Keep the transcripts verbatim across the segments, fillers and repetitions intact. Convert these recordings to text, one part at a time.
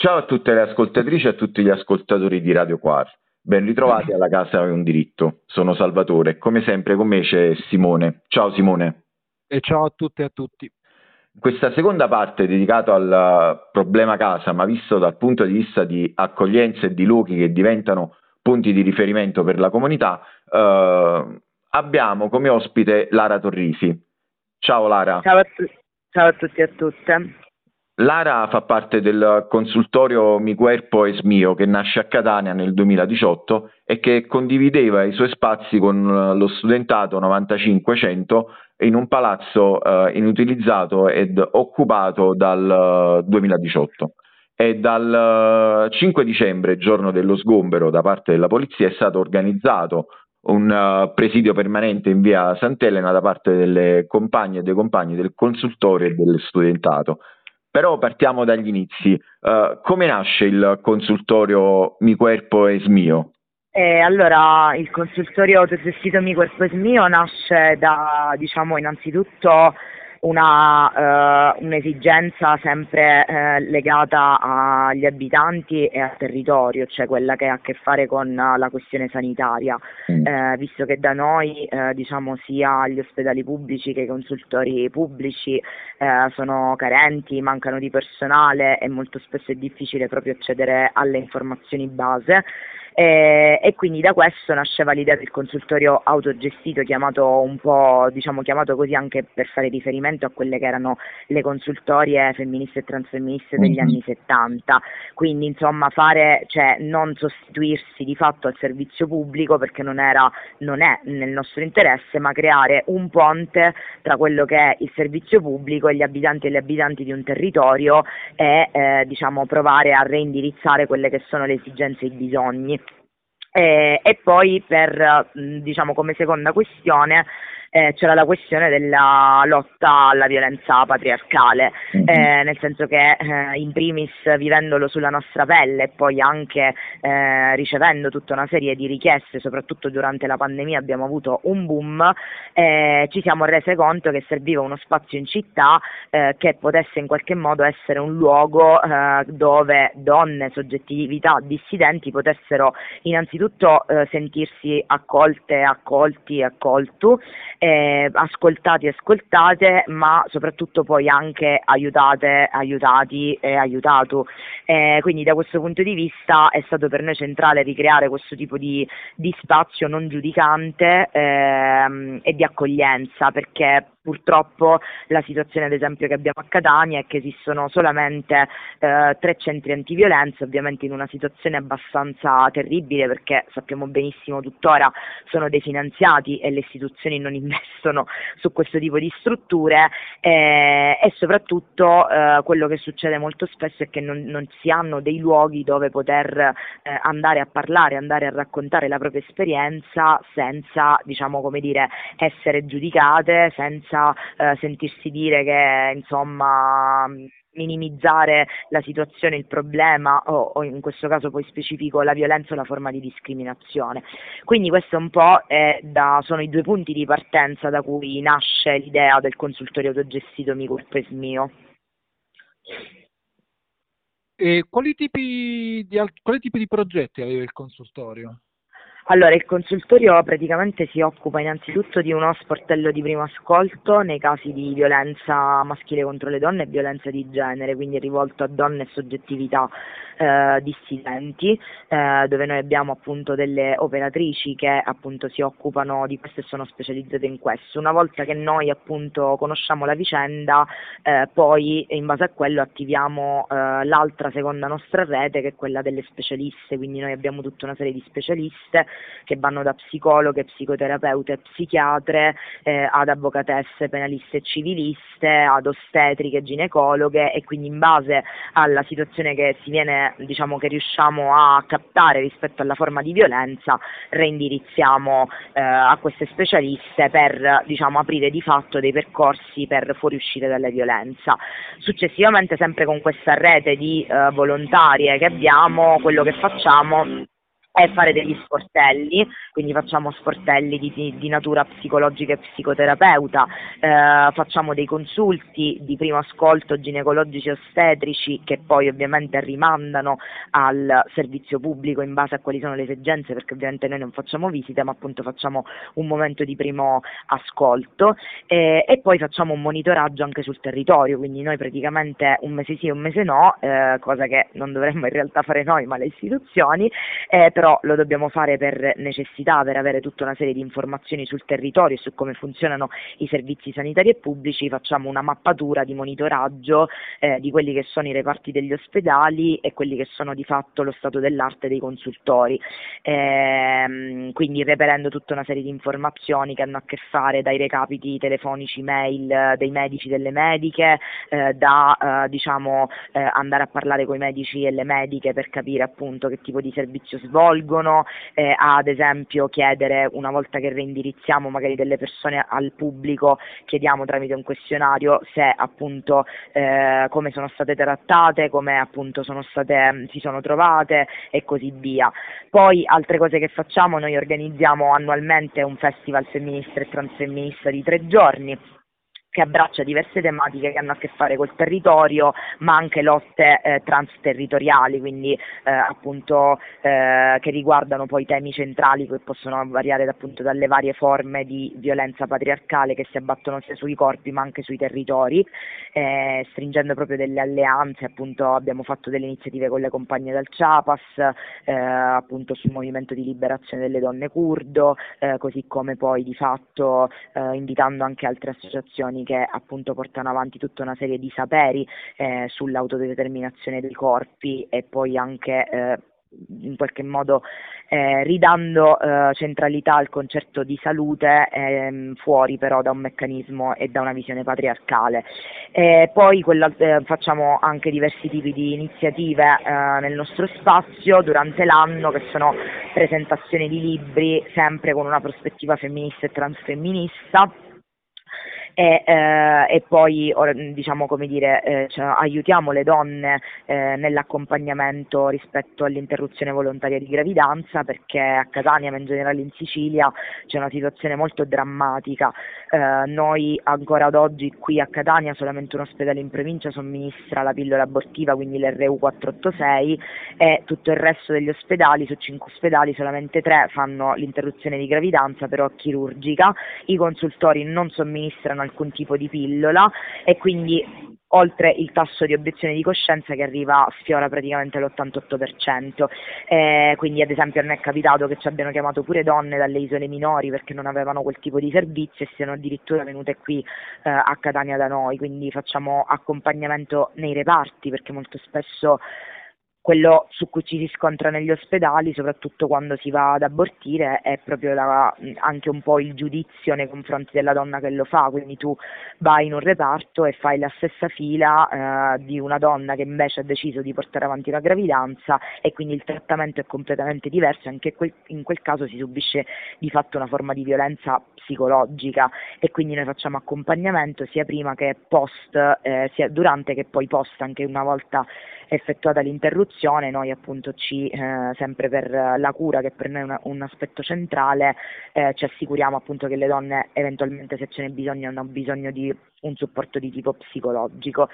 Ciao a tutte le ascoltatrici e a tutti gli ascoltatori di Radio Quar. Ben ritrovati alla Casa è un diritto. Sono Salvatore e come sempre con me c'è Simone. Ciao Simone. E ciao a tutte e a tutti. Questa seconda parte dedicata al problema casa, ma visto dal punto di vista di accoglienza e di luoghi che diventano punti di riferimento per la comunità, eh, abbiamo come ospite Lara Torrisi. Ciao Lara. Ciao a, tu- ciao a tutti e a tutte. Lara fa parte del consultorio Mi Cuerpo es Mio, che nasce a Catania nel duemiladiciotto e che condivideva i suoi spazi con lo studentato novantacinquecento in un palazzo eh, inutilizzato ed occupato dal duemiladiciotto. E dal cinque dicembre, giorno dello sgombero da parte della polizia, è stato organizzato un uh, presidio permanente in via Sant'Elena da parte delle compagne e dei compagni del consultorio e del studentato. Però partiamo dagli inizi. Uh, come nasce il consultorio Mi Cuerpo es Mio? Eh, allora, il consultorio autogestito Mi Cuerpo es Mio nasce da, diciamo, innanzitutto una, eh, un'esigenza sempre eh, legata agli abitanti e al territorio, cioè quella che ha a che fare con la questione sanitaria, Mm. eh, visto che da noi eh, diciamo sia gli ospedali pubblici che i consultori pubblici eh, sono carenti, mancano di personale e molto spesso è difficile proprio accedere alle informazioni base. E, e quindi da questo nasceva l'idea del consultorio autogestito, chiamato un po', diciamo, chiamato così anche per fare riferimento a quelle che erano le consultorie femministe e transfemministe degli Mhm. anni settanta. Quindi insomma fare, cioè non sostituirsi di fatto al servizio pubblico, perché non era, non è nel nostro interesse, ma creare un ponte tra quello che è il servizio pubblico e gli abitanti e le abitanti di un territorio e eh, diciamo provare a reindirizzare quelle che sono le esigenze e i bisogni. Eh, e poi per, mh, diciamo, come seconda questione eh, c'era la questione della lotta alla violenza patriarcale, Mhm. eh, nel senso che eh, in primis vivendolo sulla nostra pelle e poi anche eh, ricevendo tutta una serie di richieste, soprattutto durante la pandemia abbiamo avuto un boom, eh, ci siamo rese conto che serviva uno spazio in città eh, che potesse in qualche modo essere un luogo eh, dove donne, soggettività dissidenti potessero innanzitutto eh, sentirsi accolte, accolti, accoltu, eh, ascoltati e ascoltate, ma soprattutto poi anche aiutate, aiutati e aiutato. Eh, quindi da questo punto di vista è stato per noi centrale ricreare questo tipo di, di spazio non giudicante ehm, e di accoglienza, perché purtroppo la situazione ad esempio che abbiamo a Catania è che esistono solamente eh, tre centri antiviolenza, ovviamente in una situazione abbastanza terribile, perché sappiamo benissimo tuttora sono definanziati e le istituzioni non investono su questo tipo di strutture, eh, e soprattutto eh, quello che succede molto spesso è che non, non si hanno dei luoghi dove poter eh, andare a parlare, andare a raccontare la propria esperienza senza, diciamo, come dire, essere giudicate, senza eh, sentirsi dire che insomma minimizzare la situazione, il problema o, o in questo caso poi specifico la violenza o la forma di discriminazione. Quindi questo un po' è da, sono i due punti di partenza da cui nasce l'idea del consultorio autogestito Mi Cuerpo es Mio. E quali tipi di, al- quali tipi di progetti aveva il consultorio? Allora, il consultorio praticamente si occupa innanzitutto di uno sportello di primo ascolto nei casi di violenza maschile contro le donne e violenza di genere, quindi rivolto a donne e soggettività eh, dissidenti, eh, dove noi abbiamo appunto delle operatrici che appunto si occupano di questo e sono specializzate in questo. Una volta che noi appunto conosciamo la vicenda, eh, poi in base a quello attiviamo eh, l'altra seconda nostra rete, che è quella delle specialiste, quindi noi abbiamo tutta una serie di specialiste che vanno da psicologhe, psicoterapeute, psichiatre, eh, ad avvocatesse, penaliste e civiliste, ad ostetriche, ginecologhe, e quindi in base alla situazione che si viene, diciamo, che riusciamo a captare rispetto alla forma di violenza, reindirizziamo eh, a queste specialiste per, diciamo, aprire di fatto dei percorsi per fuoriuscire dalla violenza. Successivamente, sempre con questa rete di eh, volontarie che abbiamo, quello che facciamo è fare degli sportelli, quindi facciamo sportelli di, di, di natura psicologica e psicoterapeuta, eh, facciamo dei consulti di primo ascolto ginecologici e ostetrici che poi ovviamente rimandano al servizio pubblico in base a quali sono le esigenze, perché ovviamente noi non facciamo visite ma appunto facciamo un momento di primo ascolto, eh, e poi facciamo un monitoraggio anche sul territorio, quindi noi praticamente un mese sì un mese no, eh, cosa che non dovremmo in realtà fare noi ma le istituzioni, eh, però lo dobbiamo fare per necessità, per avere tutta una serie di informazioni sul territorio e su come funzionano i servizi sanitari e pubblici. Facciamo una mappatura di monitoraggio eh, di quelli che sono i reparti degli ospedali e quelli che sono di fatto lo stato dell'arte dei consultori, ehm, quindi reperendo tutta una serie di informazioni che hanno a che fare dai recapiti telefonici, mail dei medici, delle mediche, eh, da eh, diciamo eh, andare a parlare con i medici e le mediche per capire appunto che tipo di servizio svolgono, eh, ad esempio chiedere, una volta che reindirizziamo magari delle persone al pubblico, chiediamo tramite un questionario se appunto eh, come sono state trattate, come appunto sono state, si sono trovate e così via. Poi altre cose che facciamo: noi organizziamo annualmente un festival femminista e transfemminista di tre giorni che abbraccia diverse tematiche che hanno a che fare col territorio, ma anche lotte eh, transterritoriali, quindi eh, appunto eh, che riguardano poi temi centrali che possono variare da, appunto dalle varie forme di violenza patriarcale che si abbattono sia sui corpi ma anche sui territori, eh, stringendo proprio delle alleanze. Appunto abbiamo fatto delle iniziative con le compagne del Ciapas, eh, appunto sul movimento di liberazione delle donne curdo, eh, così come poi di fatto eh, invitando anche altre associazioni che appunto portano avanti tutta una serie di saperi eh, sull'autodeterminazione dei corpi e poi anche eh, in qualche modo eh, ridando eh, centralità al concetto di salute, ehm, fuori però da un meccanismo e da una visione patriarcale. E poi quella, eh, facciamo anche diversi tipi di iniziative eh, nel nostro spazio durante l'anno, che sono presentazioni di libri sempre con una prospettiva femminista e transfemminista. E, eh, e poi diciamo come dire eh, cioè, aiutiamo le donne eh, nell'accompagnamento rispetto all'interruzione volontaria di gravidanza, perché a Catania ma in generale in Sicilia c'è una situazione molto drammatica. Eh, noi ancora ad oggi qui a Catania solamente un ospedale in provincia somministra la pillola abortiva, quindi l'R U quattrocentottantasei, e tutto il resto degli ospedali, su cinque ospedali solamente tre fanno l'interruzione di gravidanza però chirurgica. I consultori non somministrano alcun tipo di pillola e quindi, oltre il tasso di obiezione di coscienza che arriva, sfiora praticamente l'ottantotto per cento, eh, quindi ad esempio a noi è capitato che ci abbiano chiamato pure donne dalle isole minori perché non avevano quel tipo di servizio e siano addirittura venute qui eh, a Catania da noi. Quindi facciamo accompagnamento nei reparti, perché molto spesso quello su cui ci si scontra negli ospedali, soprattutto quando si va ad abortire, è proprio la, anche un po' il giudizio nei confronti della donna che lo fa. Quindi tu vai in un reparto e fai la stessa fila eh, di una donna che invece ha deciso di portare avanti la gravidanza, e quindi il trattamento è completamente diverso. Anche quel, in quel caso si subisce di fatto una forma di violenza psicologica, e quindi noi facciamo accompagnamento sia prima che post, eh, sia durante che poi post, anche una volta effettuata l'interruzione. Noi appunto ci eh, sempre per la cura, che per noi è una, un aspetto centrale, eh, ci assicuriamo appunto che le donne eventualmente, se ce n'è bisogno, hanno bisogno di un supporto di tipo psicologico,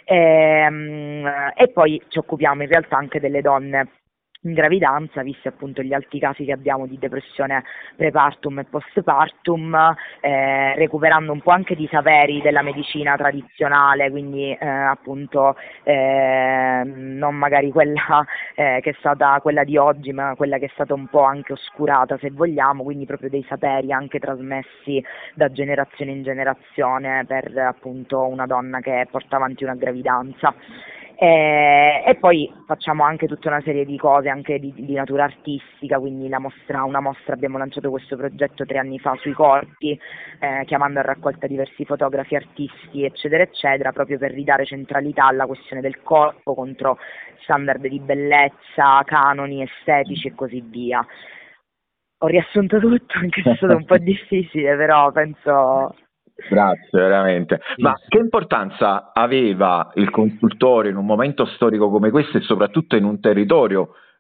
e, e poi ci occupiamo in realtà anche delle donne in gravidanza, visti appunto gli alti casi che abbiamo di depressione prepartum e postpartum, eh, recuperando un po' anche di saperi della medicina tradizionale, quindi eh, appunto eh, non magari quella eh, che è stata quella di oggi, ma quella che è stata un po' anche oscurata, se vogliamo, quindi proprio dei saperi anche trasmessi da generazione in generazione per appunto una donna che porta avanti una gravidanza. E, e poi facciamo anche tutta una serie di cose anche di, di natura artistica, quindi la mostra, una mostra, abbiamo lanciato questo progetto tre anni fa sui corpi, eh, chiamando a raccolta diversi fotografi, artisti eccetera eccetera, proprio per ridare centralità alla questione del corpo contro standard di bellezza, canoni estetici e così via. Ho riassunto tutto, anche se è stato un po' difficile, però penso... Grazie, veramente. Ma che importanza aveva il consultore in un momento storico come questo, e soprattutto in un territorio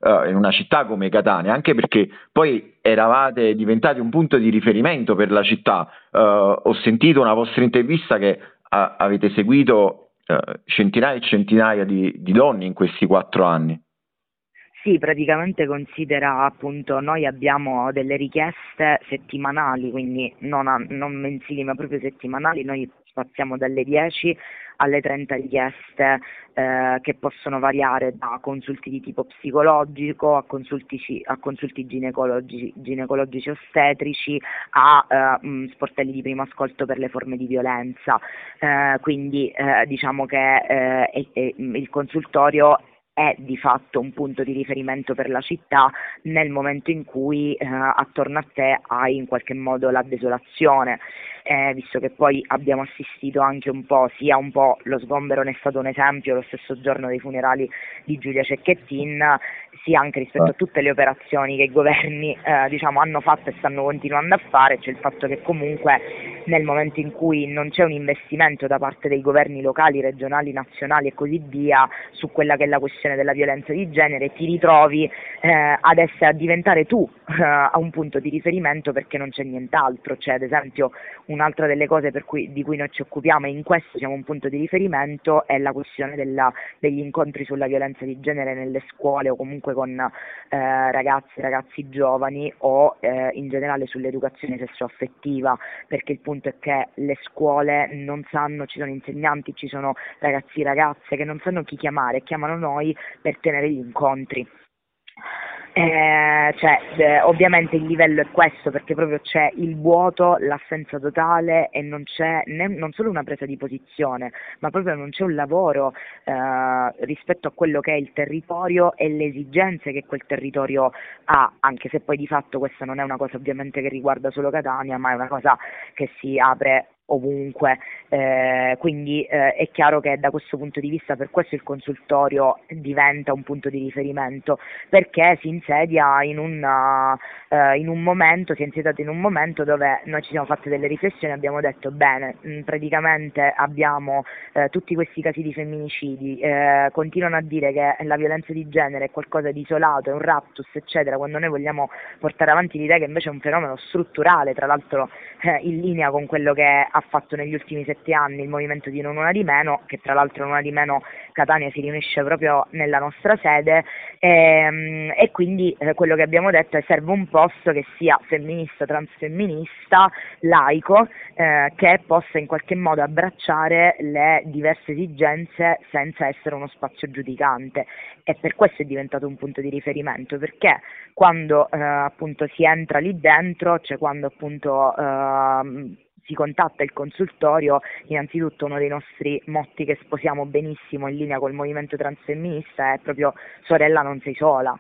uh, in una città come Catania, anche perché poi eravate diventati un punto di riferimento per la città. Uh, ho sentito una vostra intervista che uh, avete seguito uh, centinaia e centinaia di, di donne in questi quattro anni. Sì, praticamente considera appunto noi abbiamo delle richieste settimanali, quindi non, a- non mensili ma proprio settimanali, noi spaziamo dalle dieci alle trenta richieste eh, che possono variare da consulti di tipo psicologico a consulti, ci- a consulti ginecologici, ginecologici ostetrici a eh, mh, sportelli di primo ascolto per le forme di violenza. Eh, quindi eh, diciamo che eh, è- è- il consultorio è di fatto un punto di riferimento per la città nel momento in cui eh, attorno a te hai in qualche modo la desolazione, eh, visto che poi abbiamo assistito anche un po', sia un po' lo sgombero ne è stato un esempio, lo stesso giorno dei funerali di Giulia Cecchettin, sia anche rispetto a tutte le operazioni che i governi eh, diciamo, hanno fatto e stanno continuando a fare, c'è il fatto che comunque nel momento in cui non c'è un investimento da parte dei governi locali, regionali, nazionali e così via su quella che è la questione della violenza di genere, ti ritrovi eh, ad essere, a diventare tu eh, a un punto di riferimento perché non c'è nient'altro. Cioè, ad esempio, un'altra delle cose per cui, di cui noi ci occupiamo e in questo siamo un punto di riferimento è la questione della, degli incontri sulla violenza di genere nelle scuole o comunque con eh, ragazzi e ragazzi giovani o eh, in generale sull'educazione sessuaffettiva, perché il punto è che le scuole non sanno, ci sono insegnanti, ci sono ragazzi e ragazze che non sanno chi chiamare, chiamano noi per tenere gli incontri. Eh, cioè, eh, ovviamente il livello è questo perché proprio c'è il vuoto, l'assenza totale e non c'è né, non solo una presa di posizione, ma proprio non c'è un lavoro eh, rispetto a quello che è il territorio e le esigenze che quel territorio ha, anche se poi di fatto questa non è una cosa ovviamente che riguarda solo Catania, ma è una cosa che si apre ovunque, eh, quindi eh, è chiaro che da questo punto di vista per questo il consultorio diventa un punto di riferimento, perché si insedia in un, uh, in un momento, si è insediato in un momento dove noi ci siamo fatti delle riflessioni e abbiamo detto bene, mh, praticamente abbiamo eh, tutti questi casi di femminicidi, eh, continuano a dire che la violenza di genere è qualcosa di isolato, è un raptus eccetera, quando noi vogliamo portare avanti l'idea che invece è un fenomeno strutturale, tra l'altro eh, in linea con quello che ha fatto negli ultimi sette anni il movimento di Non Una di Meno, che tra l'altro Non Una di Meno Catania si riunisce proprio nella nostra sede, e, e quindi eh, quello che abbiamo detto è serve un posto che sia femminista, transfemminista, laico, eh, che possa in qualche modo abbracciare le diverse esigenze senza essere uno spazio giudicante, e per questo è diventato un punto di riferimento, perché quando eh, appunto si entra lì dentro, cioè quando appunto eh, si contatta il consultorio, innanzitutto uno dei nostri motti che sposiamo benissimo in linea col movimento transfemminista è proprio sorella non sei sola,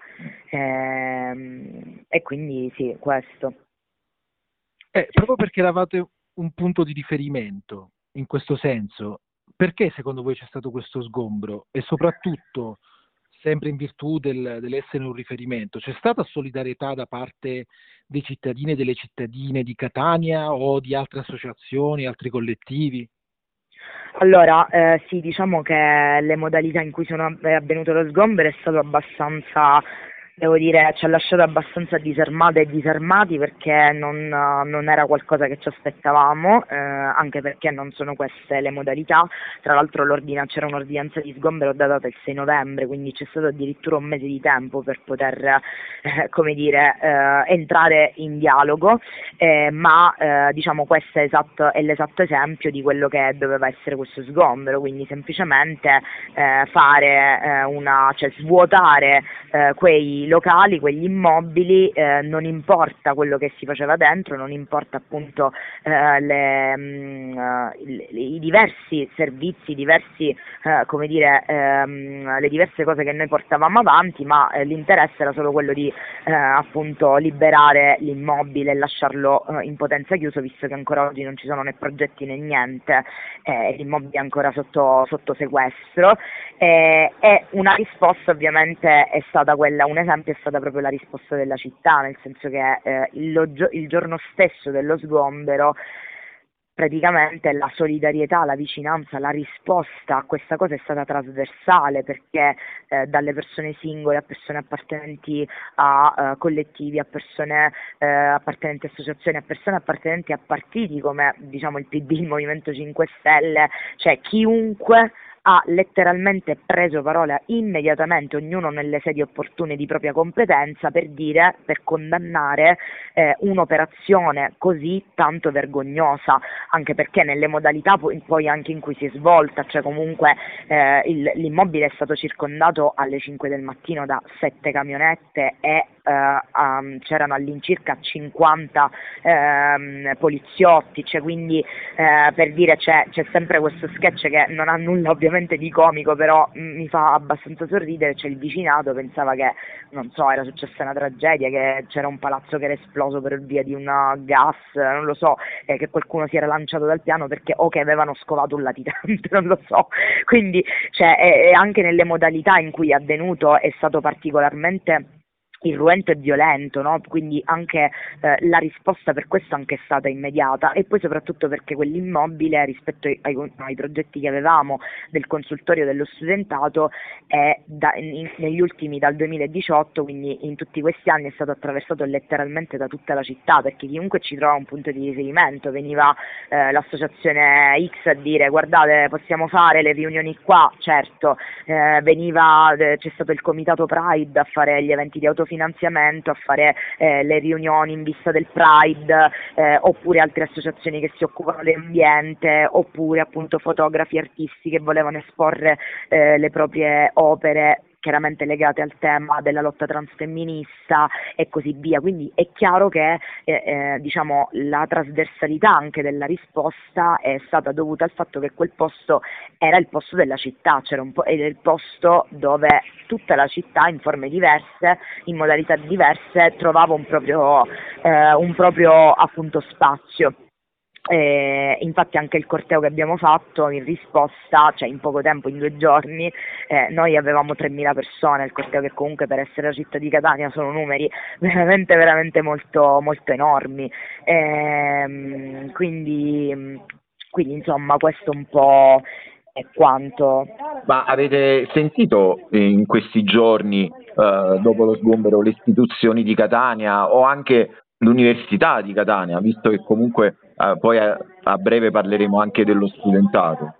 ehm, e quindi sì, questo. Eh, proprio perché eravate un punto di riferimento in questo senso, perché secondo voi c'è stato questo sgombro? E soprattutto, sempre in virtù del, dell'essere un riferimento, c'è stata solidarietà da parte dei cittadini e delle cittadine di Catania o di altre associazioni, altri collettivi? Allora, eh, sì, diciamo che le modalità in cui sono, è avvenuto lo sgombero è stato abbastanza, devo dire, ci ha lasciato abbastanza disarmate e disarmati, perché non, non era qualcosa che ci aspettavamo, eh, anche perché non sono queste le modalità. Tra l'altro l'ordina, c'era un'ordinanza di sgombero datata il sei novembre, quindi c'è stato addirittura un mese di tempo per poter, eh, come dire, eh, entrare in dialogo, eh, ma eh, diciamo questo è, esatto, è l'esatto esempio di quello che doveva essere questo sgombero, quindi semplicemente eh, fare eh, una, cioè svuotare eh, quei locali, quegli immobili, eh, non importa quello che si faceva dentro, non importa appunto eh, le, mh, le, i diversi servizi, i diversi, eh, come dire, ehm, le diverse cose che noi portavamo avanti, ma eh, l'interesse era solo quello di eh, appunto liberare l'immobile e lasciarlo eh, in potenza chiuso, visto che ancora oggi non ci sono né progetti né niente, eh, l'immobile è ancora sotto, sotto sequestro, eh, e una risposta ovviamente è stata quella, un esempio è stata proprio la risposta della città, nel senso che eh, il, il giorno stesso dello sgombero praticamente la solidarietà, la vicinanza, la risposta a questa cosa è stata trasversale, perché eh, dalle persone singole a persone appartenenti a uh, collettivi, a persone eh, appartenenti a associazioni, a persone appartenenti a partiti come diciamo il P D, il Movimento cinque Stelle, cioè chiunque ha letteralmente preso parola immediatamente, ognuno nelle sedi opportune di propria competenza, per dire, per condannare eh, un'operazione così tanto vergognosa, anche perché nelle modalità poi anche in cui si è svolta, cioè comunque eh, il, l'immobile è stato circondato alle cinque del mattino da sette camionette e eh, um, c'erano all'incirca cinquanta eh, poliziotti, cioè quindi eh, per dire c'è, c'è sempre questo sketch che non ha nulla ovviamente di comico, però mh, mi fa abbastanza sorridere. C'è il vicinato, pensava che, non so, era successa una tragedia, che c'era un palazzo che era esploso per via di un gas, non lo so, eh, che qualcuno si era lanciato dal piano perché o che avevano scovato un latitante, non lo so. Quindi cioè, e, e anche nelle modalità in cui è avvenuto è stato particolarmente irruento e violento, no? Quindi anche eh, la risposta per questo anche è stata immediata, e poi soprattutto perché quell'immobile, rispetto ai, ai, ai progetti che avevamo del consultorio dello studentato, è da, in, negli ultimi, dal duemiladiciotto, quindi in tutti questi anni, è stato attraversato letteralmente da tutta la città, perché chiunque ci trova un punto di riferimento, veniva eh, l'associazione X a dire guardate possiamo fare le riunioni qua, certo, eh, veniva, eh, c'è stato il comitato Pride a fare gli eventi di autofinanziamento, finanziamento, a fare eh, le riunioni in vista del Pride, eh, oppure altre associazioni che si occupano dell'ambiente, oppure appunto fotografi, artisti che volevano esporre eh, le proprie opere chiaramente legate al tema della lotta transfemminista e così via. Quindi è chiaro che eh, eh, diciamo la trasversalità anche della risposta è stata dovuta al fatto che quel posto era il posto della città, c'era un po', era il posto dove tutta la città in forme diverse, in modalità diverse, trovava un proprio, eh, un proprio appunto spazio. Eh, infatti anche il corteo che abbiamo fatto in risposta, cioè in poco tempo, in due giorni, eh, noi avevamo tremila persone, il corteo, che comunque per essere la città di Catania sono numeri veramente veramente molto molto enormi, eh, quindi, quindi insomma questo un po' è quanto. Ma avete sentito in questi giorni, eh, dopo lo sgombero, le istituzioni di Catania o anche l'Università di Catania, visto che comunque eh, poi a, a breve parleremo anche dello studentato?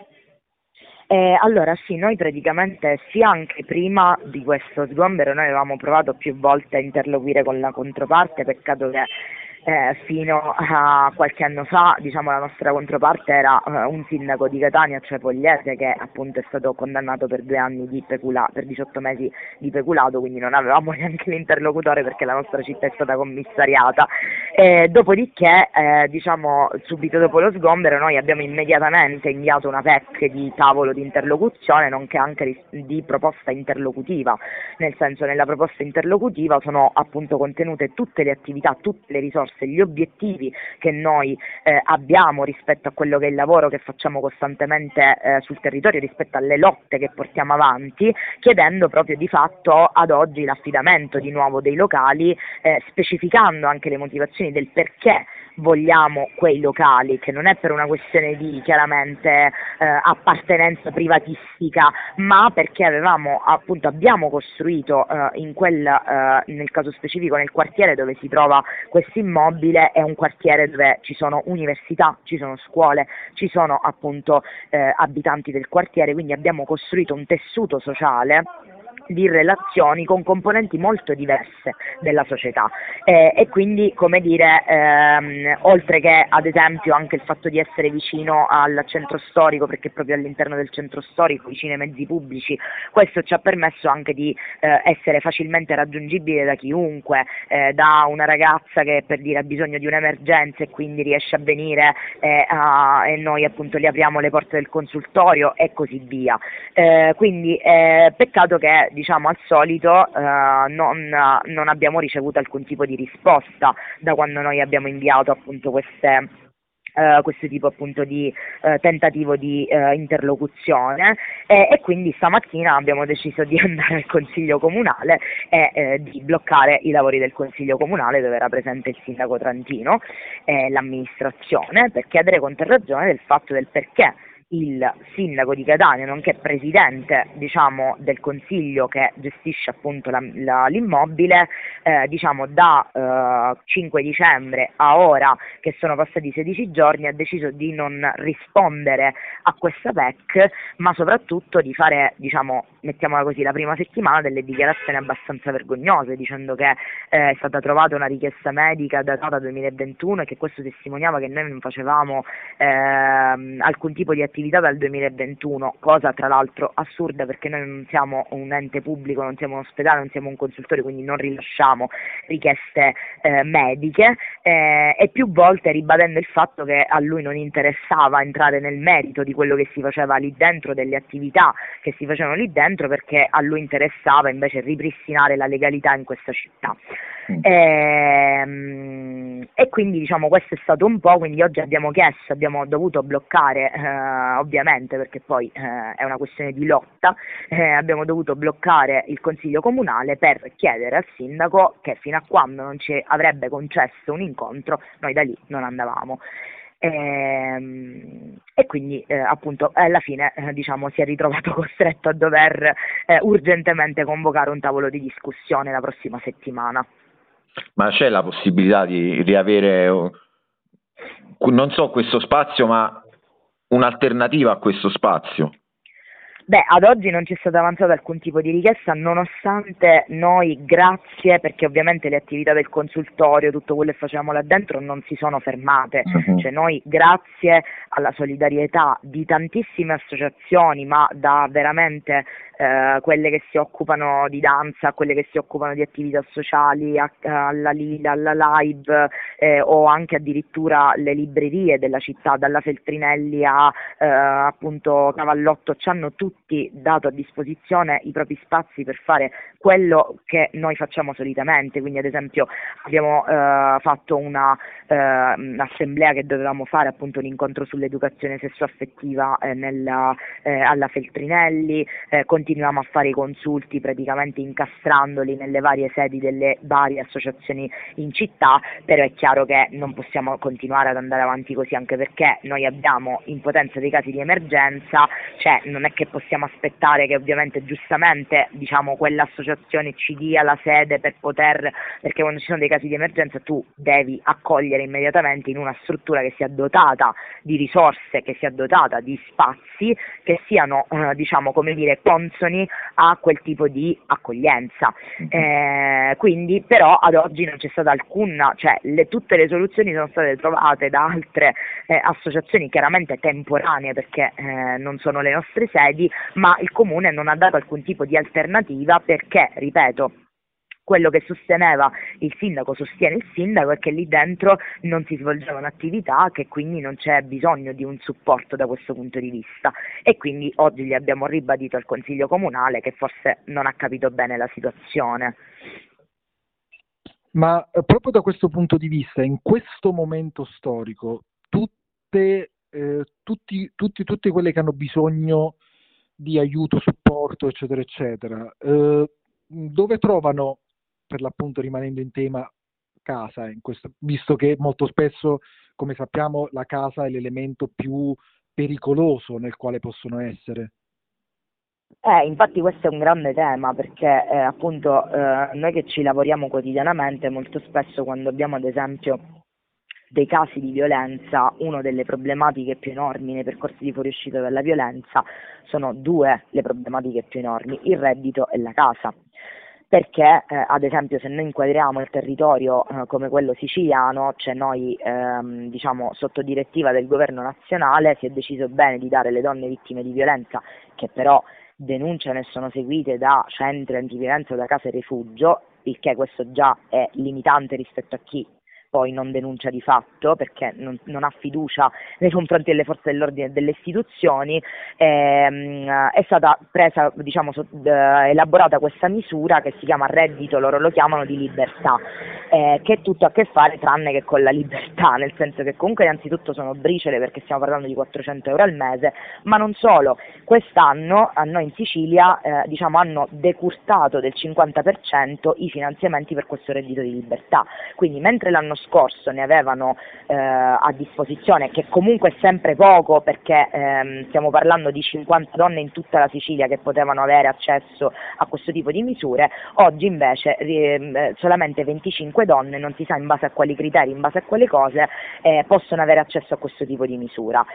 Eh, allora sì, noi praticamente sia anche prima di questo sgombero noi avevamo provato più volte a interloquire con la controparte, peccato che eh, fino a qualche anno fa diciamo la nostra controparte era eh, un sindaco di Catania, cioè Pogliese, che appunto è stato condannato per due anni di peculato, per diciotto mesi di peculato, quindi non avevamo neanche l'interlocutore perché la nostra città è stata commissariata. Eh, dopodiché eh, diciamo subito dopo lo sgombero noi abbiamo immediatamente inviato una P E C di tavolo di interlocuzione, nonché anche di, di proposta interlocutiva, nel senso, nella proposta interlocutiva sono appunto contenute tutte le attività, tutte le risorse, gli obiettivi che noi eh, abbiamo rispetto a quello che è il lavoro che facciamo costantemente eh, sul territorio, rispetto alle lotte che portiamo avanti, chiedendo proprio di fatto ad oggi l'affidamento di nuovo dei locali, eh, specificando anche le motivazioni del perché vogliamo quei locali, che non è per una questione di chiaramente eh, appartenenza privatistica, ma perché avevamo appunto abbiamo costruito eh, in quel eh, nel caso specifico nel quartiere dove si trova questo immobile, è un quartiere dove ci sono università, ci sono scuole, ci sono appunto eh, abitanti del quartiere, quindi abbiamo costruito un tessuto sociale di relazioni con componenti molto diverse della società, eh, e quindi, come dire, ehm, oltre che ad esempio anche il fatto di essere vicino al centro storico, perché proprio all'interno del centro storico, vicino ai mezzi pubblici, questo ci ha permesso anche di eh, essere facilmente raggiungibile da chiunque, eh, da una ragazza che per dire ha bisogno di un'emergenza e quindi riesce a venire eh, a, e noi appunto le apriamo le porte del consultorio e così via. Eh, quindi eh, peccato che diciamo al solito eh, non, non abbiamo ricevuto alcun tipo di risposta da quando noi abbiamo inviato appunto queste Uh, questo tipo appunto di uh, tentativo di uh, interlocuzione e, e quindi stamattina abbiamo deciso di andare al Consiglio Comunale e eh, di bloccare i lavori del Consiglio Comunale dove era presente il sindaco Trantino e l'amministrazione per chiedere conterragione del fatto del perché il sindaco di Catania, nonché presidente diciamo, del consiglio che gestisce appunto la, la, l'immobile, eh, diciamo, da eh, cinque dicembre a ora, che sono passati sedici giorni, ha deciso di non rispondere a questa P E C, ma soprattutto di fare, diciamo, mettiamola così, la prima settimana delle dichiarazioni abbastanza vergognose, dicendo che eh, è stata trovata una richiesta medica datata duemilaventuno e che questo testimoniava che noi non facevamo eh, alcun tipo di attività dal duemilaventuno, cosa tra l'altro assurda perché noi non siamo un ente pubblico, non siamo un ospedale, non siamo un consultore, quindi non rilasciamo richieste eh, mediche eh, e più volte ribadendo il fatto che a lui non interessava entrare nel merito di quello che si faceva lì dentro, delle attività che si facevano lì dentro, perché a lui interessava invece ripristinare la legalità in questa città. Mm. E, e quindi diciamo questo è stato un po', quindi oggi abbiamo chiesto, abbiamo dovuto bloccare eh, ovviamente perché poi eh, è una questione di lotta, eh, abbiamo dovuto bloccare il Consiglio Comunale per chiedere al sindaco che fino a quando non ci avrebbe concesso un incontro noi da lì non andavamo. E, e quindi eh, appunto alla fine eh, diciamo si è ritrovato costretto a dover eh, urgentemente convocare un tavolo di discussione la prossima settimana. Ma c'è la possibilità di riavere, non so, questo spazio, ma un'alternativa a questo spazio? Beh, ad oggi non ci è stata avanzata alcun tipo di richiesta, nonostante noi, grazie, perché ovviamente le attività del consultorio, tutto quello che facevamo là dentro non si sono fermate, uh-huh. Cioè noi, grazie alla solidarietà di tantissime associazioni, ma da veramente eh, quelle che si occupano di danza, quelle che si occupano di attività sociali, a, alla Lila, alla Live, eh, o anche addirittura le librerie della città, dalla Feltrinelli a eh, appunto Cavallotto, ci hanno tutti dato a disposizione i propri spazi per fare quello che noi facciamo solitamente, quindi ad esempio abbiamo eh, fatto una eh, un'assemblea che dovevamo fare, appunto un incontro sull'educazione sessuaffettiva eh, nella, eh, alla Feltrinelli, eh, continuiamo a fare i consulti praticamente incastrandoli nelle varie sedi delle varie associazioni in città, però è chiaro che non possiamo continuare ad andare avanti così, anche perché noi abbiamo in potenza dei casi di emergenza, cioè non è che possiamo aspettare che ovviamente giustamente diciamo quell'associazione ci dia la sede per poter, perché quando ci sono dei casi di emergenza tu devi accogliere immediatamente in una struttura che sia dotata di risorse, che sia dotata di spazi che siano eh, diciamo come dire consoni a quel tipo di accoglienza. Eh, quindi però ad oggi non c'è stata alcuna, cioè le, tutte le soluzioni sono state trovate da altre eh, associazioni chiaramente temporanee perché eh, non sono le nostre sedi, ma il comune non ha dato alcun tipo di alternativa perché, ripeto, quello che sosteneva il sindaco, sostiene il sindaco, è che lì dentro non si svolgevano attività, che quindi non c'è bisogno di un supporto da questo punto di vista, e quindi oggi gli abbiamo ribadito al Consiglio Comunale che forse non ha capito bene la situazione. Ma eh, proprio da questo punto di vista, in questo momento storico, tutte, eh, tutti, tutti, tutte quelle che hanno bisogno di aiuto, supporto, eccetera, eccetera, eh, dove trovano, per l'appunto rimanendo in tema casa, in questo, visto che molto spesso, come sappiamo, la casa è l'elemento più pericoloso nel quale possono essere? Eh, infatti questo è un grande tema perché eh, appunto eh, noi che ci lavoriamo quotidianamente molto spesso quando abbiamo ad esempio dei casi di violenza, una delle problematiche più enormi nei percorsi di fuoriuscita dalla violenza sono due le problematiche più enormi, il reddito e la casa. Perché eh, ad esempio se noi inquadriamo il territorio eh, come quello siciliano, cioè noi ehm, diciamo sotto direttiva del governo nazionale si è deciso bene di dare alle donne vittime di violenza, che però denunciano e sono seguite da centri antiviolenza o da case rifugio, il che questo già è limitante rispetto a chi poi non denuncia di fatto perché non, non ha fiducia nei confronti delle forze dell'ordine e delle istituzioni, ehm, è stata presa, diciamo, so, eh, elaborata questa misura che si chiama reddito, loro lo chiamano, di libertà, eh, che è tutto a che fare tranne che con la libertà, nel senso che comunque innanzitutto sono briciole perché stiamo parlando di quattrocento euro al mese, ma non solo, quest'anno a noi in Sicilia eh, diciamo, hanno decurtato del cinquanta per cento i finanziamenti per questo reddito di libertà, quindi mentre l'anno scorso ne avevano eh, a disposizione, che comunque è sempre poco perché ehm, stiamo parlando di cinquanta donne in tutta la Sicilia che potevano avere accesso a questo tipo di misure, oggi invece eh, solamente venticinque donne, non si sa in base a quali criteri, in base a quale cose, eh, possono avere accesso a questo tipo di misura.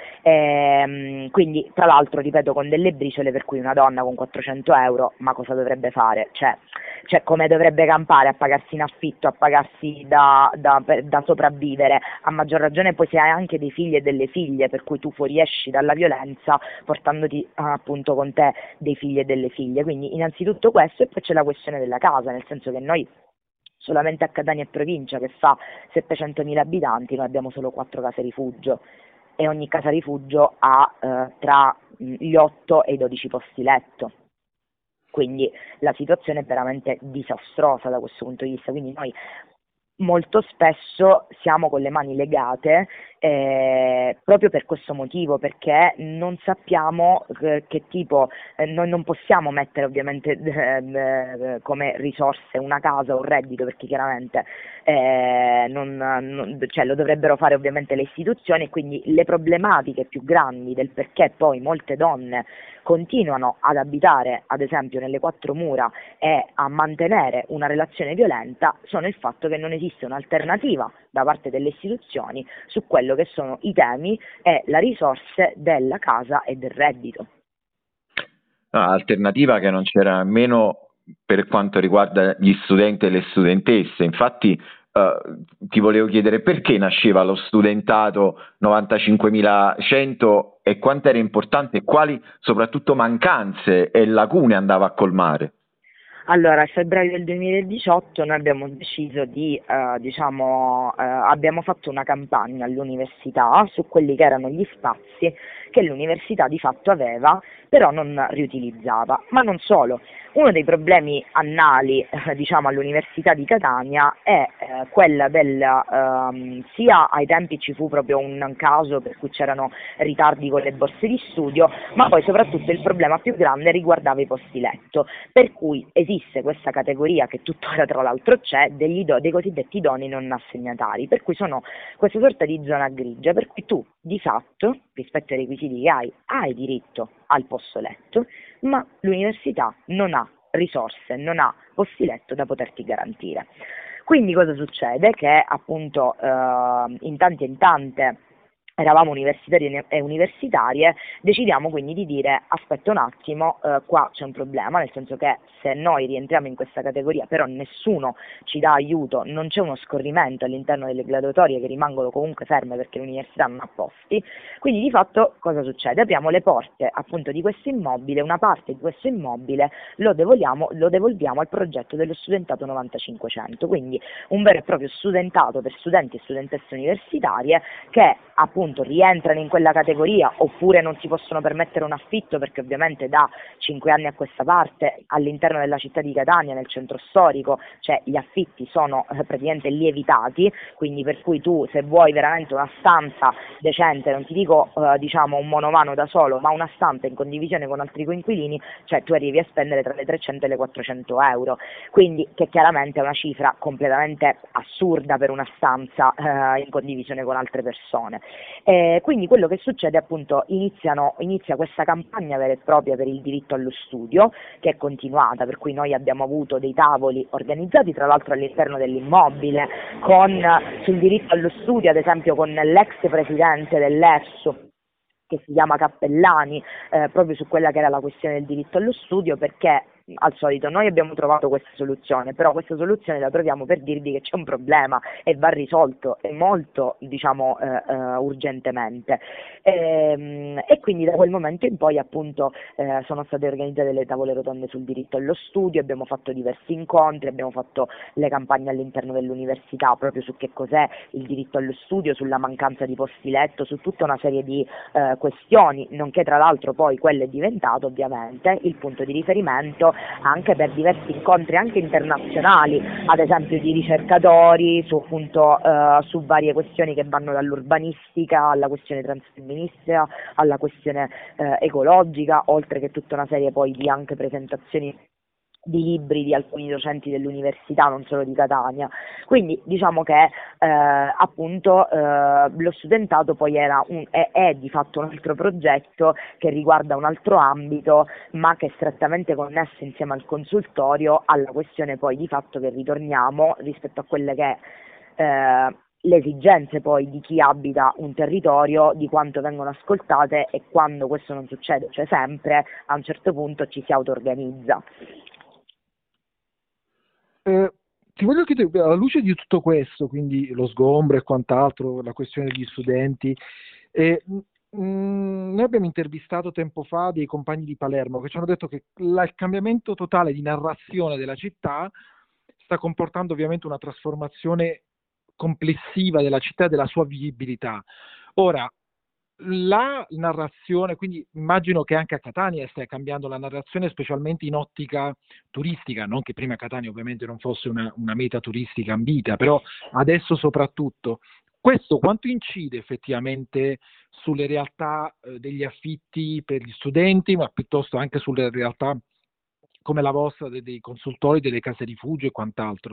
Ehm, quindi tra l'altro, ripeto, con delle briciole per cui una donna con quattrocento euro, ma cosa dovrebbe fare? Cioè, cioè come dovrebbe campare? A pagarsi in affitto, a pagarsi da, da, per, da sopravvivere, a maggior ragione poi se hai anche dei figli e delle figlie, per cui tu fuoriesci dalla violenza portandoti appunto con te dei figli e delle figlie. Quindi innanzitutto questo, e poi c'è la questione della casa, nel senso che noi solamente a Catania e provincia, che fa settecentomila abitanti, noi abbiamo solo quattro case rifugio e ogni casa rifugio ha eh, tra gli otto e i dodici posti letto. Quindi la situazione è veramente disastrosa da questo punto di vista, quindi noi molto spesso siamo con le mani legate eh, proprio per questo motivo, perché non sappiamo che, che tipo, eh, noi non possiamo mettere ovviamente eh, eh, come risorse una casa o un reddito, perché chiaramente eh, non, non, cioè, lo dovrebbero fare ovviamente le istituzioni, e quindi le problematiche più grandi del perché poi molte donne continuano ad abitare ad esempio nelle quattro mura e a mantenere una relazione violenta sono il fatto che non esiste un'alternativa da parte delle istituzioni su quello che sono i temi e le risorse della casa e del reddito. No, alternativa che non c'era nemmeno per quanto riguarda gli studenti e le studentesse. Infatti Uh, ti volevo chiedere perché nasceva lo studentato novantacinquemilacento e quanto era importante e quali soprattutto mancanze e lacune andava a colmare. Allora, a febbraio del duemiladiciotto noi abbiamo deciso di, eh, diciamo, eh, abbiamo fatto una campagna all'università su quelli che erano gli spazi che l'università di fatto aveva, però non riutilizzava. Ma non solo, uno dei problemi annali, eh, diciamo, all'Università di Catania è eh, quella del, ehm, sia ai tempi ci fu proprio un caso per cui c'erano ritardi con le borse di studio, ma poi soprattutto il problema più grande riguardava i posti letto, per cui esiste questa categoria che tuttora tra l'altro c'è, degli do, dei cosiddetti idonei non assegnatari, per cui sono questa sorta di zona grigia, per cui tu di fatto, rispetto ai requisiti che hai, hai diritto al posto letto, ma l'università non ha risorse, non ha posti letto da poterti garantire. Quindi cosa succede? Che appunto eh, in tanti e in tante eravamo universitari e universitarie, decidiamo quindi di dire aspetta un attimo, eh, qua c'è un problema, nel senso che se noi rientriamo in questa categoria però nessuno ci dà aiuto, non c'è uno scorrimento all'interno delle graduatorie che rimangono comunque ferme perché l'università non ha posti, quindi di fatto cosa succede? Apriamo le porte appunto di questo immobile, una parte di questo immobile lo devolviamo, lo devolviamo al progetto dello studentato novantacinquecento, quindi un vero e proprio studentato per studenti e studentesse universitarie che appunto rientrano in quella categoria oppure non si possono permettere un affitto perché ovviamente da cinque anni a questa parte all'interno della città di Catania, nel centro storico, cioè gli affitti sono eh, praticamente lievitati, quindi per cui tu se vuoi veramente una stanza decente, non ti dico eh, diciamo un monovano da solo, ma una stanza in condivisione con altri coinquilini, cioè tu arrivi a spendere tra le trecento e le quattrocento euro, quindi che chiaramente è una cifra completamente assurda per una stanza eh, in condivisione con altre persone. Eh, quindi quello che succede appunto iniziano, inizia questa campagna vera e propria per il diritto allo studio che è continuata, per cui noi abbiamo avuto dei tavoli organizzati tra l'altro all'interno dell'immobile con, sul diritto allo studio ad esempio con l'ex presidente dell'E S U che si chiama Cappellani, eh, proprio su quella che era la questione del diritto allo studio, perché al solito noi abbiamo trovato questa soluzione, però questa soluzione la troviamo per dirvi che c'è un problema e va risolto e molto, diciamo, eh, eh, urgentemente. E, e quindi da quel momento in poi appunto eh, sono state organizzate le tavole rotonde sul diritto allo studio, abbiamo fatto diversi incontri, abbiamo fatto le campagne all'interno dell'università proprio su che cos'è il diritto allo studio, sulla mancanza di posti letto, su tutta una serie di eh, questioni, nonché tra l'altro poi quello è diventato ovviamente il punto di riferimento anche per diversi incontri anche internazionali, ad esempio di ricercatori su, appunto, eh, su varie questioni che vanno dall'urbanistica alla questione transfemminista, alla questione eh, ecologica, oltre che tutta una serie poi di anche presentazioni di libri di alcuni docenti dell'università, non solo di Catania. Quindi diciamo che eh, appunto eh, lo studentato poi era un, è, è di fatto un altro progetto che riguarda un altro ambito, ma che è strettamente connesso insieme al consultorio alla questione poi di fatto che ritorniamo rispetto a quelle che eh, le esigenze poi di chi abita un territorio, di quanto vengono ascoltate, e quando questo non succede, cioè sempre, a un certo punto ci si auto-organizza. Eh, ti voglio chiedere, alla luce di tutto questo, quindi lo sgombro e quant'altro, la questione degli studenti, eh, mh, noi abbiamo intervistato tempo fa dei compagni di Palermo che ci hanno detto che la, il cambiamento totale di narrazione della città sta comportando ovviamente una trasformazione complessiva della città e della sua vivibilità. Ora, la narrazione, quindi immagino che anche a Catania stia cambiando la narrazione, specialmente in ottica turistica, non che prima Catania ovviamente non fosse una, una meta turistica ambita, però adesso soprattutto. Questo quanto incide effettivamente sulle realtà eh, degli affitti per gli studenti, ma piuttosto anche sulle realtà come la vostra, dei, dei consultori, delle case rifugio e quant'altro?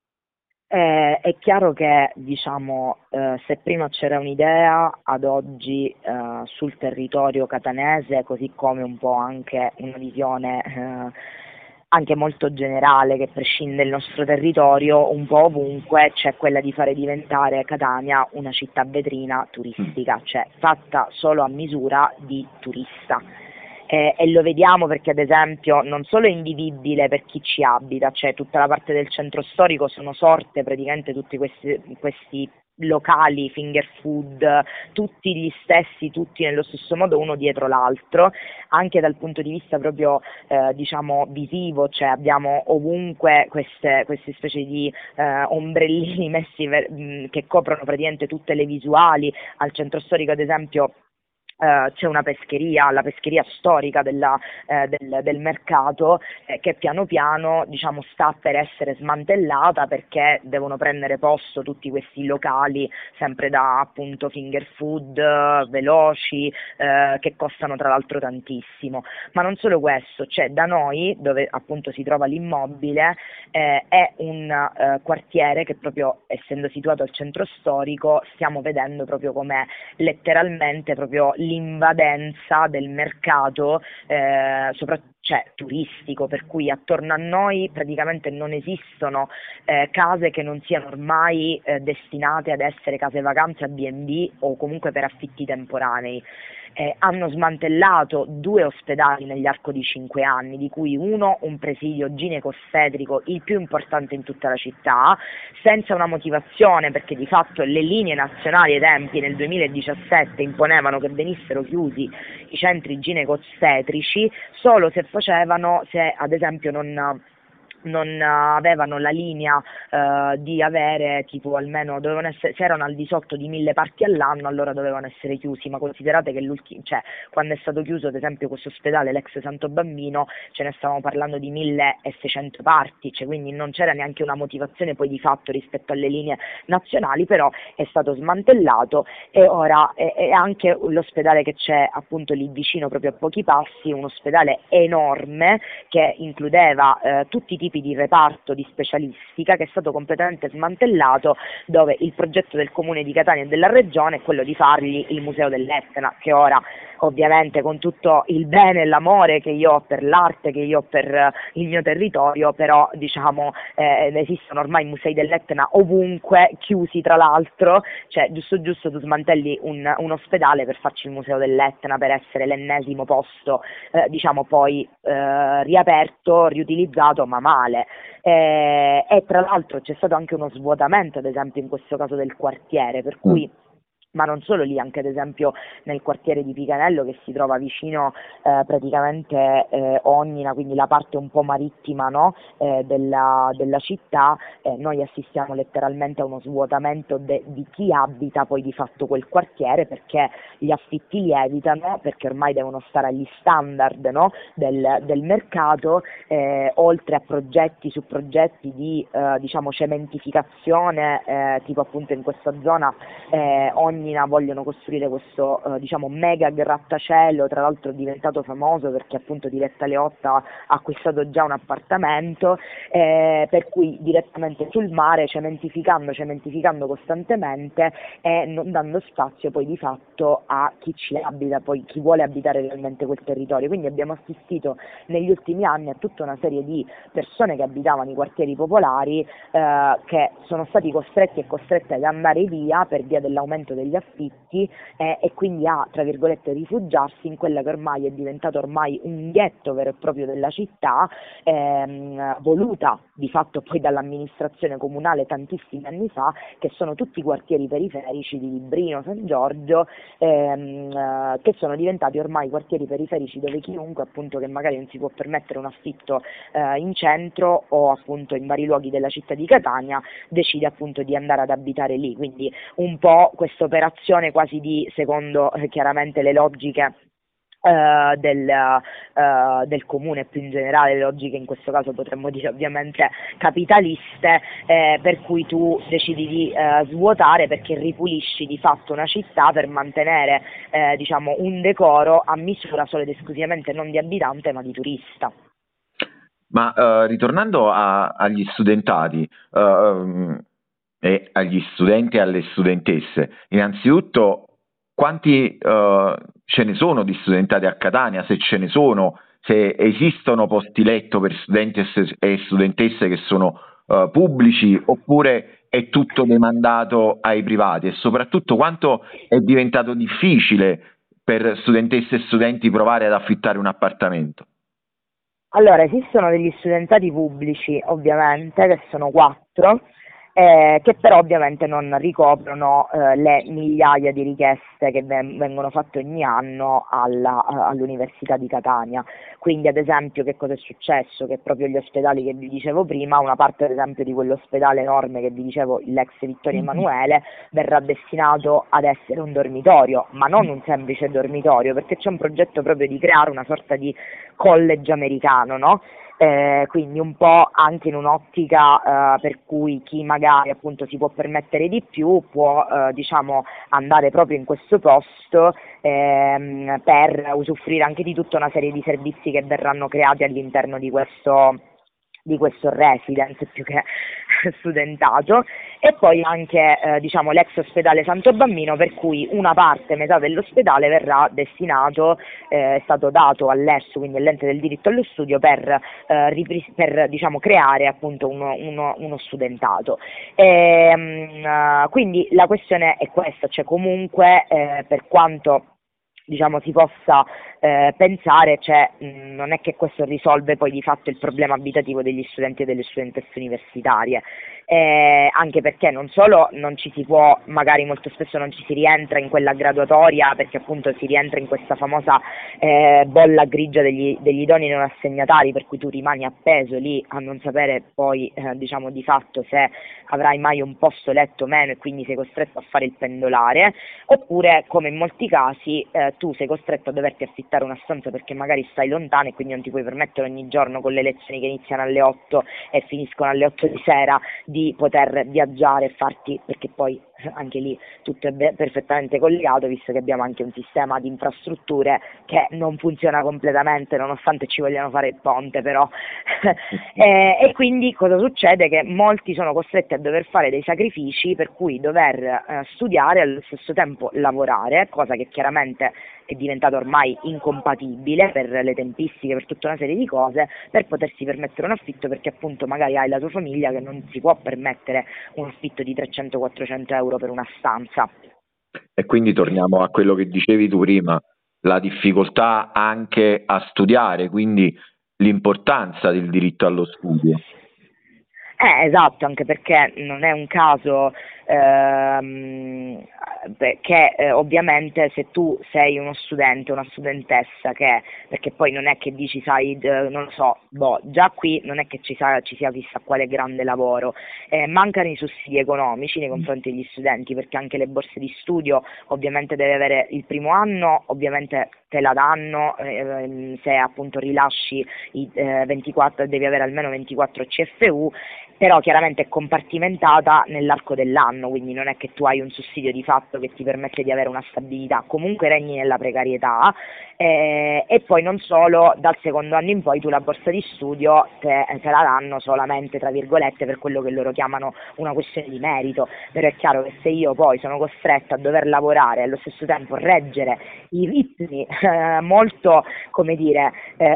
Eh, è chiaro che, diciamo, eh, se prima c'era un'idea, ad oggi eh, sul territorio catanese, così come un po' anche una visione eh, anche molto generale che prescinde il nostro territorio, un po' ovunque c'è quella di fare diventare Catania una città vetrina turistica, cioè fatta solo a misura di turista. Eh, e lo vediamo perché ad esempio non solo è invivibile per chi ci abita, cioè tutta la parte del centro storico sono sorte praticamente tutti questi, questi locali finger food, tutti gli stessi, tutti nello stesso modo, uno dietro l'altro, anche dal punto di vista proprio eh, diciamo visivo, cioè abbiamo ovunque queste, queste specie di eh, ombrellini messi ver- mh, che coprono praticamente tutte le visuali. Al centro storico ad esempio Uh, c'è una pescheria, la pescheria storica della, eh, del, del mercato, eh, che piano piano, diciamo, sta per essere smantellata perché devono prendere posto tutti questi locali sempre da appunto finger food, eh, veloci, eh, che costano tra l'altro tantissimo. Ma non solo questo, c'è da noi, dove appunto si trova l'immobile, eh, è un eh, quartiere che proprio essendo situato al centro storico stiamo vedendo proprio come letteralmente proprio l'invadenza del mercato eh, soprattutto cioè, turistico, per cui attorno a noi praticamente non esistono eh, case che non siano ormai eh, destinate ad essere case vacanze a B and B o comunque per affitti temporanei. Eh, hanno smantellato due ospedali negli arco di cinque anni, di cui uno un presidio gineco-ostetrico, il più importante in tutta la città, senza una motivazione, perché di fatto le linee nazionali ai tempi nel duemiladiciassette imponevano che venissero chiusi i centri gineco-ostetrici solo se facevano, se ad esempio non non avevano la linea eh, di avere tipo almeno dovevano essere, se erano al di sotto di mille parti all'anno allora dovevano essere chiusi, ma considerate che l'ultimo, cioè quando è stato chiuso ad esempio questo ospedale, l'ex Santo Bambino, ce ne stavamo parlando di milleseicento parti, cioè quindi non c'era neanche una motivazione poi di fatto rispetto alle linee nazionali, però è stato smantellato e ora è, è anche l'ospedale che c'è appunto lì vicino proprio a pochi passi, un ospedale enorme che includeva eh, tutti i tipi occupi di reparto di specialistica, che è stato completamente smantellato, dove il progetto del Comune di Catania e della Regione è quello di fargli il Museo dell'Etna, che ora ovviamente con tutto il bene e l'amore che io ho per l'arte, che io ho per eh, il mio territorio, però diciamo eh, esistono ormai musei dell'Etna ovunque, chiusi tra l'altro, cioè giusto giusto tu smantelli un, un ospedale per farci il Museo dell'Etna, per essere l'ennesimo posto eh, diciamo poi eh, riaperto, riutilizzato, ma male. Eh, e tra l'altro c'è stato anche uno svuotamento, ad esempio in questo caso del quartiere, per cui ma non solo lì, anche ad esempio nel quartiere di Picanello, che si trova vicino eh, praticamente eh, Ognina, quindi la parte un po' marittima, no? eh, della, della città, eh, noi assistiamo letteralmente a uno svuotamento de, di chi abita poi di fatto quel quartiere, perché gli affitti lievitano, perché ormai devono stare agli standard, no? del, del mercato, eh, oltre a progetti su progetti di eh, diciamo cementificazione, eh, tipo appunto in questa zona eh, ogni vogliono costruire questo eh, diciamo mega grattacielo, tra l'altro diventato famoso perché appunto Diletta Leotta ha acquistato già un appartamento, eh, per cui direttamente sul mare, cementificando, cementificando costantemente e non dando spazio poi di fatto a chi ci abita, poi chi vuole abitare realmente quel territorio. Quindi abbiamo assistito negli ultimi anni a tutta una serie di persone che abitavano i quartieri popolari eh, che sono stati costretti e costrette ad andare via per via dell'aumento degli affitti eh, e quindi a, tra virgolette, rifugiarsi in quella che ormai è diventato ormai un ghetto vero e proprio della città, ehm, voluta di fatto poi dall'amministrazione comunale tantissimi anni fa, che sono tutti i quartieri periferici di Librino, San Giorgio, ehm, eh, che sono diventati ormai quartieri periferici dove chiunque appunto che magari non si può permettere un affitto eh, in centro o appunto in vari luoghi della città di Catania decide appunto di andare ad abitare lì, quindi un po' questa operazione quasi di, secondo eh, chiaramente le logiche Uh, del, uh, del comune, più in generale le logiche in questo caso potremmo dire ovviamente capitaliste, eh, per cui tu decidi di uh, svuotare perché ripulisci di fatto una città per mantenere eh, diciamo un decoro a misura solo ed esclusivamente non di abitante ma di turista. Ma uh, ritornando a, agli studentati uh, um, e agli studenti e alle studentesse, innanzitutto quanti uh, ce ne sono di studentati a Catania, se ce ne sono, se esistono posti letto per studenti e studentesse che sono uh, pubblici, oppure è tutto demandato ai privati, e soprattutto quanto è diventato difficile per studentesse e studenti provare ad affittare un appartamento? Allora, esistono degli studentati pubblici ovviamente, che sono quattro, eh, che però ovviamente non ricoprono eh, le migliaia di richieste che ven- vengono fatte ogni anno alla, all'Università di Catania. Quindi ad esempio che cosa è successo? Che proprio gli ospedali che vi dicevo prima, una parte ad esempio di quell'ospedale enorme che vi dicevo, l'ex Vittorio Emanuele, verrà destinato ad essere un dormitorio, ma non un semplice dormitorio, perché c'è un progetto proprio di creare una sorta di college americano, no? Eh, quindi un po' anche in un'ottica eh, per cui chi magari appunto si può permettere di più può eh, diciamo andare proprio in questo posto ehm, per usufruire anche di tutta una serie di servizi che verranno creati all'interno di questo di questo residence più che studentato, e poi anche eh, diciamo l'ex ospedale Santo Bambino, per cui una parte, metà dell'ospedale verrà destinato, eh, è stato dato all'E S S U, quindi all'ente del diritto allo studio, per, eh, ripris- per diciamo creare appunto uno, uno, uno studentato. E, mh, quindi la questione è questa, cioè comunque eh, per quanto diciamo si possa eh, pensare, cioè, mh, non è che questo risolve poi di fatto il problema abitativo degli studenti e delle studentesse universitarie, eh, anche perché non solo non ci si può, magari molto spesso non ci si rientra in quella graduatoria, perché appunto si rientra in questa famosa eh, bolla grigia degli, degli idonei non assegnatari, per cui tu rimani appeso lì a non sapere poi eh, diciamo di fatto se avrai mai un posto letto o meno, e quindi sei costretto a fare il pendolare, oppure come in molti casi eh, tu sei costretto a doverti affittare una stanza perché magari stai lontano e quindi non ti puoi permettere ogni giorno, con le lezioni che iniziano alle otto e finiscono alle otto di sera, di poter viaggiare e farti, perché poi anche lì tutto è be- perfettamente collegato, visto che abbiamo anche un sistema di infrastrutture che non funziona completamente, nonostante ci vogliano fare il ponte, però. e, e quindi cosa succede? Che molti sono costretti a dover fare dei sacrifici, per cui dover eh, studiare e allo stesso tempo lavorare, cosa che chiaramente è diventata ormai incompatibile per le tempistiche, per tutta una serie di cose, per potersi permettere un affitto, perché appunto magari hai la tua famiglia che non si può permettere un affitto di trecento quattrocento euro per una stanza. E quindi torniamo a quello che dicevi tu prima, la difficoltà anche a studiare, quindi l'importanza del diritto allo studio. Eh, esatto, anche perché non è un caso ehm, che eh, ovviamente se tu sei uno studente, una studentessa che, perché poi non è che dici, sai, d- non lo so, boh, già qui non è che ci, sa, ci sia chissà quale grande lavoro, eh, mancano i sussidi economici nei confronti degli studenti, perché anche le borse di studio ovviamente deve avere il primo anno, ovviamente te la danno, eh, se appunto rilasci i eh, ventiquattro, devi avere almeno ventiquattro C F U, però chiaramente è compartimentata nell'arco dell'anno, quindi non è che tu hai un sussidio di fatto che ti permette di avere una stabilità, comunque regni nella precarietà, eh, e poi non solo, dal secondo anno in poi tu la borsa di studio te, te la danno solamente tra virgolette per quello che loro chiamano una questione di merito, però è chiaro che se io poi sono costretta a dover lavorare e allo stesso tempo reggere i ritmi eh, molto, come dire, eh,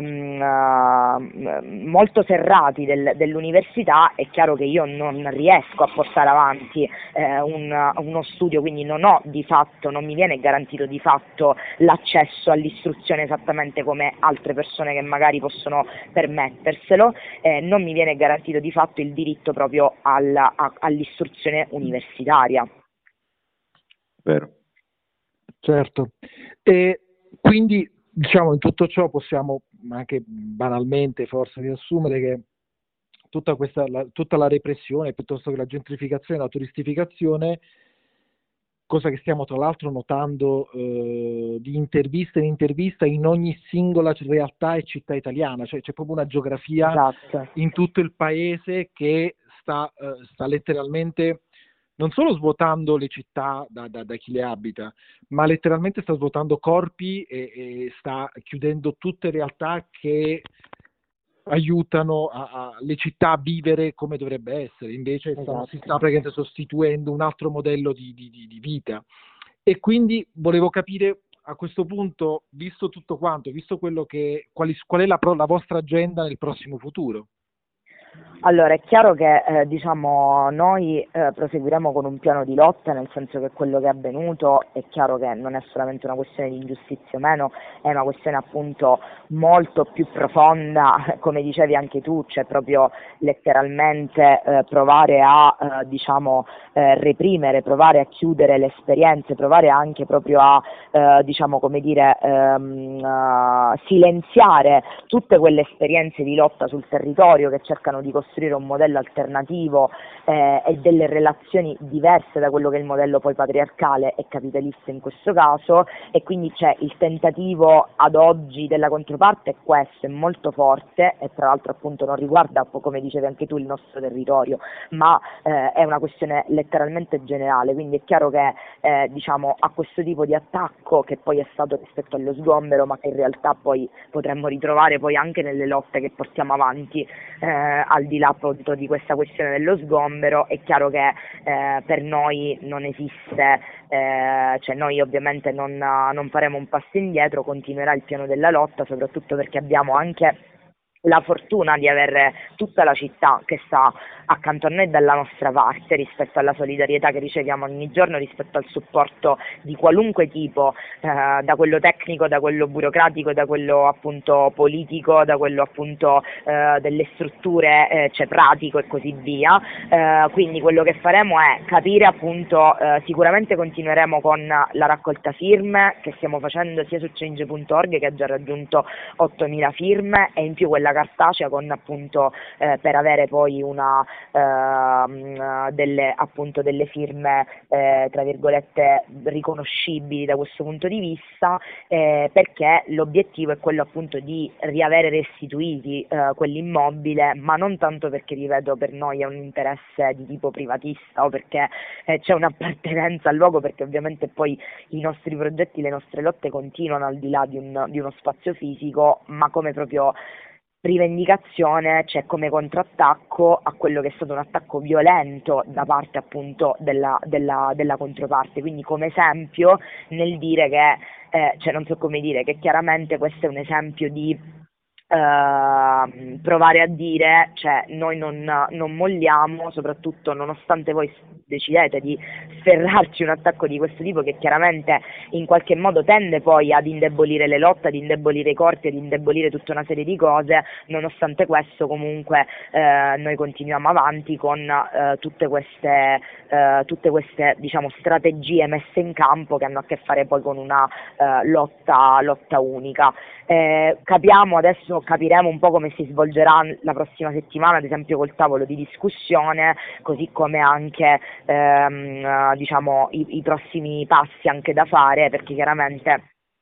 ehm, molto serrati del, dell'università, è chiaro che io non riesco a portare avanti eh, un, uno studio, quindi non ho di fatto, non mi viene garantito di fatto l'accesso all'istruzione esattamente come altre persone che magari possono permetterselo, eh, non mi viene garantito di fatto il diritto proprio alla, a, all'istruzione universitaria. Vero. Certo, e quindi diciamo in tutto ciò possiamo anche banalmente forse riassumere che tutta questa la, tutta la repressione piuttosto che la gentrificazione, la turistificazione, cosa che stiamo tra l'altro notando eh, di intervista in intervista in ogni singola realtà e città italiana, cioè c'è proprio una geografia Esatto. in tutto il paese che sta, eh, sta letteralmente non solo svuotando le città da, da, da chi le abita, ma letteralmente sta svuotando corpi e, e sta chiudendo tutte realtà che aiutano a, a, le città a vivere come dovrebbe essere, invece Esatto. stanno, si sta praticamente sostituendo un altro modello di, di, di, di vita. E quindi volevo capire a questo punto, visto tutto quanto, visto quello che, quali, qual è la, la vostra agenda nel prossimo futuro? Allora, è chiaro che eh, diciamo, noi eh, proseguiremo con un piano di lotta, nel senso che quello che è avvenuto è chiaro che non è solamente una questione di ingiustizia o meno, è una questione appunto molto più profonda, come dicevi anche tu, cioè proprio letteralmente eh, provare a eh, diciamo, eh, reprimere, provare a chiudere le esperienze, provare anche proprio a eh, diciamo, come dire, ehm, uh, silenziare tutte quelle esperienze di lotta sul territorio che cercano di costruire un modello alternativo eh, e delle relazioni diverse da quello che è il modello poi patriarcale e capitalista in questo caso, e quindi c'è il tentativo ad oggi della controparte, è questo, è molto forte e tra l'altro appunto non riguarda, come dicevi anche tu, il nostro territorio, ma eh, è una questione letteralmente generale, quindi è chiaro che eh, diciamo a questo tipo di attacco che poi è stato rispetto allo sgombero, ma che in realtà poi potremmo ritrovare poi anche nelle lotte che portiamo avanti eh, al di là appunto di questa questione dello sgombero, è chiaro che eh, per noi non esiste, eh, cioè noi ovviamente non, non faremo un passo indietro, continuerà il piano della lotta, soprattutto perché abbiamo anche la fortuna di avere tutta la città che sta accanto a noi dalla nostra parte rispetto alla solidarietà che riceviamo ogni giorno, rispetto al supporto di qualunque tipo, eh, da quello tecnico, da quello burocratico, da quello appunto politico, da quello appunto eh, delle strutture, eh, cioè pratico e così via. Eh, quindi quello che faremo è capire appunto, eh, sicuramente continueremo con la raccolta firme che stiamo facendo sia su change punto org, che ha già raggiunto ottomila firme, e in più quella cartacea con appunto eh, per avere poi una eh, delle appunto delle firme eh, tra virgolette riconoscibili da questo punto di vista, eh, perché l'obiettivo è quello appunto di riavere restituiti eh, quell'immobile, ma non tanto perché, ripeto, per noi è un interesse di tipo privatista o perché eh, c'è un'appartenenza al luogo, perché ovviamente poi i nostri progetti, le nostre lotte continuano al di là di, un, di uno spazio fisico, ma come proprio rivendicazione, cioè come contrattacco a quello che è stato un attacco violento da parte appunto della, della, della controparte, quindi come esempio nel dire che, eh, cioè non so come dire, che chiaramente questo è un esempio di Uh, provare a dire, cioè noi non, non molliamo, soprattutto nonostante voi decidete di sferrarci un attacco di questo tipo che chiaramente in qualche modo tende poi ad indebolire le lotte, ad indebolire i corpi, ad indebolire tutta una serie di cose. Nonostante questo comunque eh, noi continuiamo avanti con eh, tutte queste eh, tutte queste diciamo strategie messe in campo che hanno a che fare poi con una eh, lotta lotta unica. Eh, capiamo adesso capiremo un po' come si svolgerà la prossima settimana, ad esempio col tavolo di discussione, così come anche ehm, diciamo i, i prossimi passi anche da fare, perché chiaramente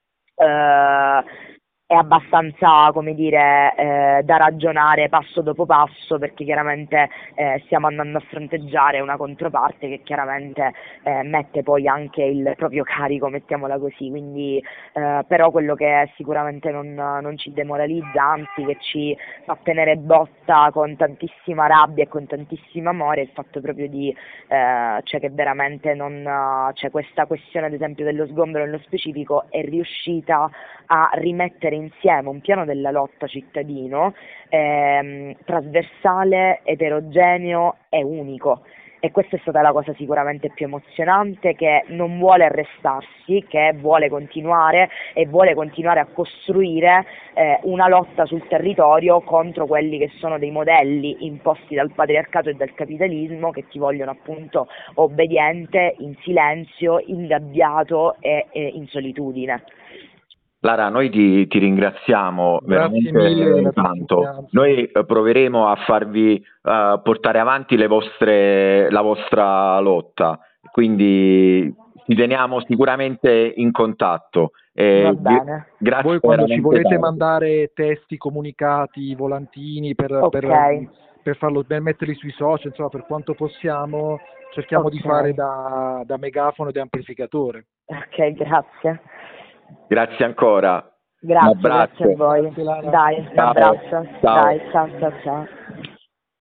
eh, è abbastanza, come dire, eh, da ragionare passo dopo passo, perché chiaramente eh, stiamo andando a fronteggiare una controparte che chiaramente eh, mette poi anche il proprio carico, mettiamola così, quindi eh, però quello che sicuramente non, non ci demoralizza, anzi che ci fa tenere botta con tantissima rabbia e con tantissimo amore, è il fatto proprio di, eh, cioè che veramente non, cioè questa questione ad esempio dello sgombero nello specifico è riuscita a rimettere insieme un piano della lotta cittadino ehm, trasversale, eterogeneo e unico, e questa è stata la cosa sicuramente più emozionante, che non vuole arrestarsi, che vuole continuare e vuole continuare a costruire eh, una lotta sul territorio contro quelli che sono dei modelli imposti dal patriarcato e dal capitalismo, che ti vogliono appunto obbediente, in silenzio, ingabbiato e, e in solitudine. Lara, noi ti, ti ringraziamo Grazie veramente mille tanto. Noi eh, proveremo a farvi uh, portare avanti le vostre, la vostra lotta, quindi ci teniamo sicuramente in contatto. Eh, Va bene. Grazie. Voi quando ci volete tanto. mandare testi, comunicati, volantini per, Ok. per, per, farlo, per metterli sui social, insomma, per quanto possiamo, cerchiamo Ok. di fare da, da megafono e da amplificatore. Ok, grazie. Grazie ancora. Grazie, Un abbraccio. grazie a voi. Grazie, Lara. Dai, un Ciao. abbraccio. Ciao. Dai, ciao, ciao, ciao.